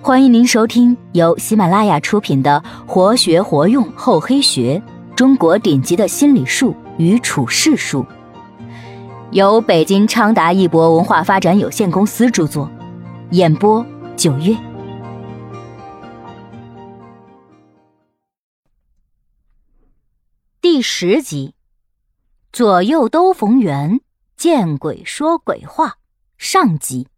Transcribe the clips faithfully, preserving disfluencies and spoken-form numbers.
欢迎您收听由喜马拉雅出品的《活学活用厚黑学：中国顶级的心理术与处世术》，由北京昌达一博文化发展有限公司著作，演播九月。第十集，左右都逢源，见鬼说鬼话，上集。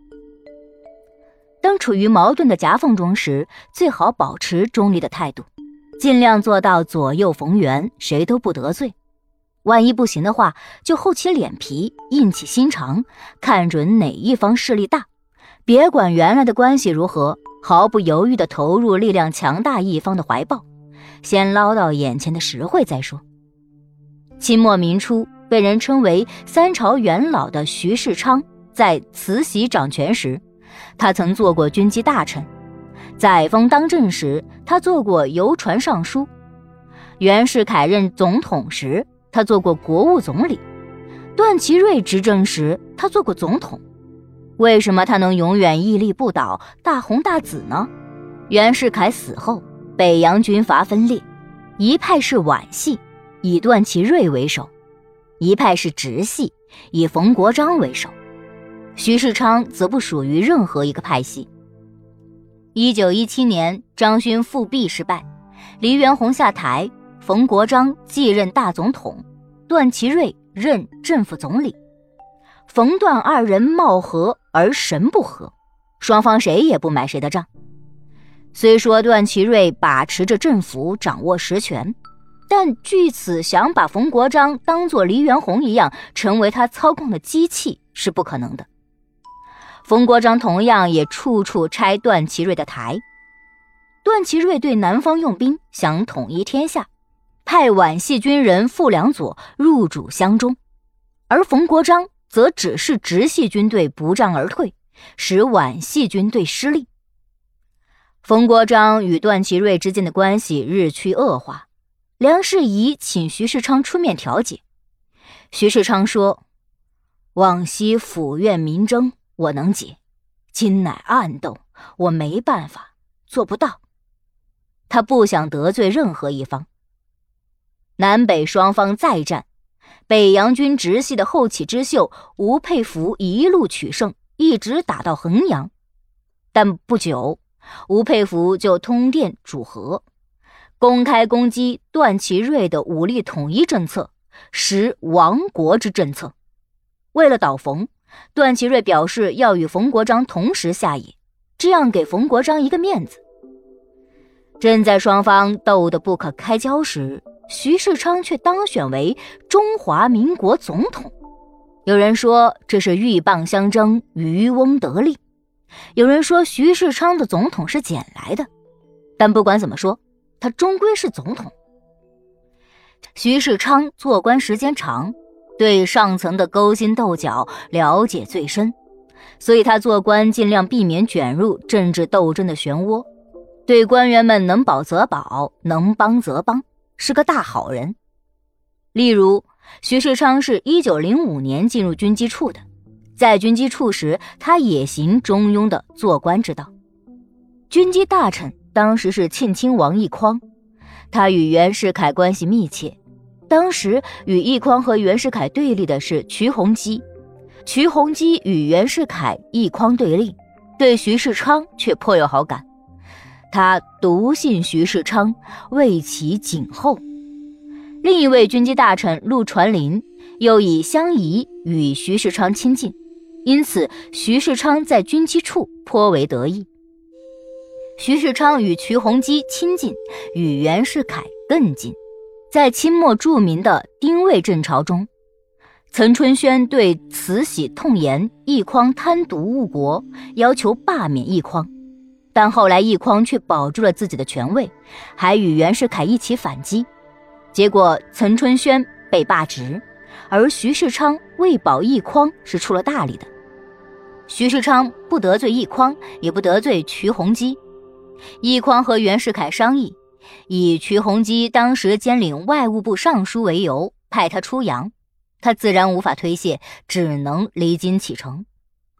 当处于矛盾的夹缝中时，最好保持中立的态度，尽量做到左右逢源，谁都不得罪。万一不行的话，就厚起脸皮，硬起心肠，看准哪一方势力大，别管原来的关系如何，毫不犹豫地投入力量强大一方的怀抱，先捞到眼前的实惠再说。清末民初被人称为三朝元老的徐世昌，在慈禧掌权时，他曾做过军机大臣；载沣当政时，他做过邮传尚书；袁世凯任总统时，他做过国务总理；段祺瑞执政时，他做过总统。为什么他能永远屹立不倒，大红大紫呢？袁世凯死后，北洋军阀分裂，一派是皖系，以段祺瑞为首；一派是直系，以冯国璋为首。徐世昌则不属于任何一个派系。一九一七年，张勋复辟失败，黎元洪下台，冯国璋继任大总统，段祺瑞任正副总理。冯段二人貌合而神不合，双方谁也不买谁的账。虽说段祺瑞把持着政府，掌握实权，但据此想把冯国璋当作黎元洪一样成为他操控的机器是不可能的。冯国璋同样也处处拆段祺瑞的台。段祺瑞对南方用兵，想统一天下，派皖系军人傅良佐入主湘中，而冯国璋则只是直系军队不战而退，使皖系军队失利。冯国璋与段祺瑞之间的关系日趋恶化，梁士仪请徐世昌出面调解。徐世昌说：往昔府院民争我能解，今乃暗斗，我没办法，做不到。他不想得罪任何一方。南北双方再战，北洋军直系的后起之秀吴佩孚一路取胜，一直打到衡阳。但不久，吴佩孚就通电主和，公开攻击段祺瑞的武力统一政策，实亡国之政策。为了倒冯，段祺瑞表示要与冯国璋同时下野，这样给冯国璋一个面子。正在双方斗得不可开交时，徐世昌却当选为中华民国总统。有人说这是鹬蚌相争，渔翁得利；有人说徐世昌的总统是捡来的。但不管怎么说，他终归是总统。徐世昌做官时间长，对上层的勾心斗角了解最深，所以他做官尽量避免卷入政治斗争的漩涡，对官员们能保则保，能帮则帮，是个大好人。例如，徐世昌是一九零五年进入军机处的，在军机处时，他也行中庸的做官之道。军机大臣当时是庆亲王奕匡，他与袁世凯关系密切。当时与奕匡和袁世凯对立的是瞿洪基，瞿洪基与袁世凯、奕匡对立，对徐世昌却颇有好感。他笃信徐世昌，为其谨厚。另一位军机大臣陆传麟又以相宜与徐世昌亲近，因此徐世昌在军机处颇为得意。徐世昌与瞿洪基亲近，与袁世凯更近。在清末著名的丁未政朝中，岑春轩对慈禧痛言奕匡贪渎误国，要求罢免奕匡，但后来奕匡却保住了自己的权位，还与袁世凯一起反击，结果岑春轩被罢职，而徐世昌为保奕匡是出了大力的。徐世昌不得罪奕匡，也不得罪瞿洪基。奕匡和袁世凯商议，以瞿洪基当时兼领外务部尚书为由，派他出洋，他自然无法推卸，只能离京启程。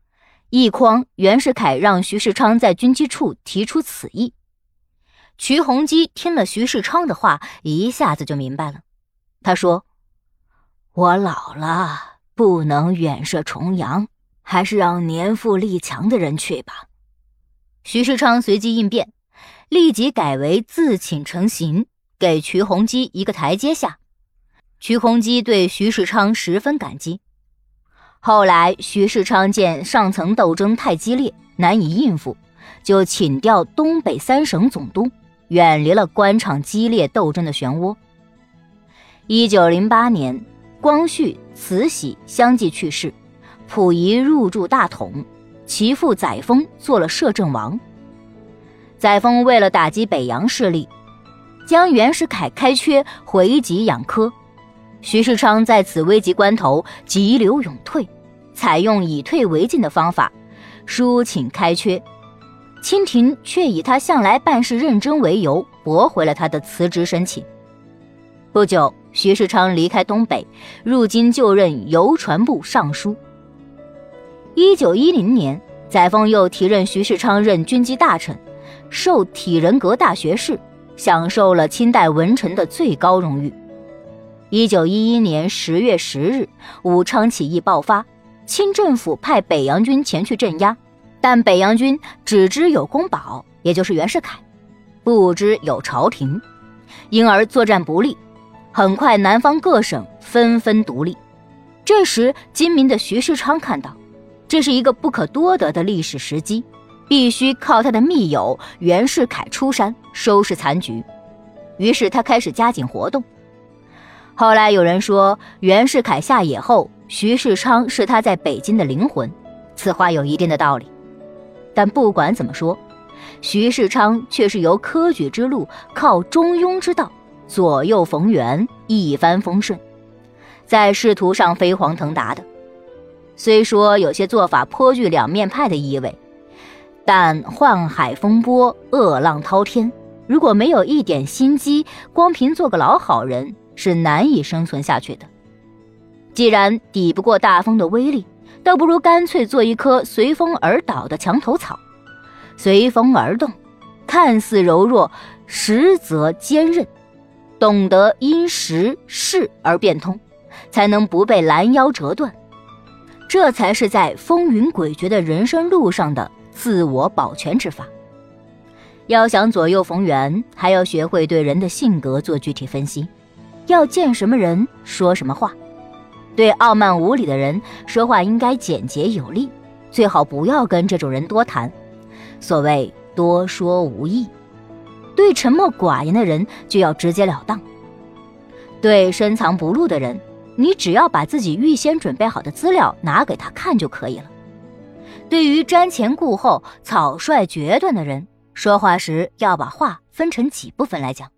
一匡袁世凯让徐世昌在军机处提出此意。瞿洪基听了徐世昌的话，一下子就明白了。他说：我老了，不能远涉重洋，还是让年富力强的人去吧。徐世昌随即应变，立即改为自请成行，给瞿洪基一个台阶下。瞿洪基对徐世昌十分感激。后来徐世昌见上层斗争太激烈，难以应付，就请调东北三省总督，远离了官场激烈斗争的漩涡。一九零八年，光绪、慈禧相继去世，溥仪入驻大统，其父载沣做了摄政王。载沣为了打击北洋势力，将袁世凯开缺回籍养科。徐世昌在此危急关头急流勇退，采用以退为进的方法，抒请开缺。清廷却以他向来办事认真为由，驳回了他的辞职申请。不久，徐世昌离开东北，入京就任邮传部尚书。一九一零年，载沣又提任徐世昌任军机大臣，授体仁阁大学士，享受了清代文臣的最高荣誉。一九一一年十月十日，武昌起义爆发，清政府派北洋军前去镇压，但北洋军只知有公保，也就是袁世凯，不知有朝廷，因而作战不利。很快南方各省纷纷独立。这时精明的徐世昌看到，这是一个不可多得的历史时机，必须靠他的密友袁世凯出山收拾残局。于是他开始加紧活动。后来有人说，袁世凯下野后，徐世昌是他在北京的灵魂，此话有一定的道理。但不管怎么说，徐世昌却是由科举之路靠中庸之道左右逢源，一帆风顺，在仕途上飞黄腾达的。虽说有些做法颇具两面派的意味，但宦海风波，恶浪滔天，如果没有一点心机，光凭做个老好人是难以生存下去的。既然抵不过大风的威力，倒不如干脆做一棵随风而倒的墙头草，随风而动，看似柔弱，实则坚韧，懂得因时势而变通，才能不被拦腰折断。这才是在风云诡谲的人生路上的自我保全之法。要想左右逢源，还要学会对人的性格做具体分析，要见什么人说什么话。对傲慢无礼的人说话应该简洁有力，最好不要跟这种人多谈，所谓多说无益。对沉默寡言的人就要直截了当。对深藏不露的人，你只要把自己预先准备好的资料拿给他看就可以了。对于瞻前顾后、草率决断的人，说话时要把话分成几部分来讲。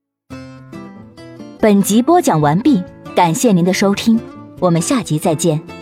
本集播讲完毕，感谢您的收听，我们下集再见。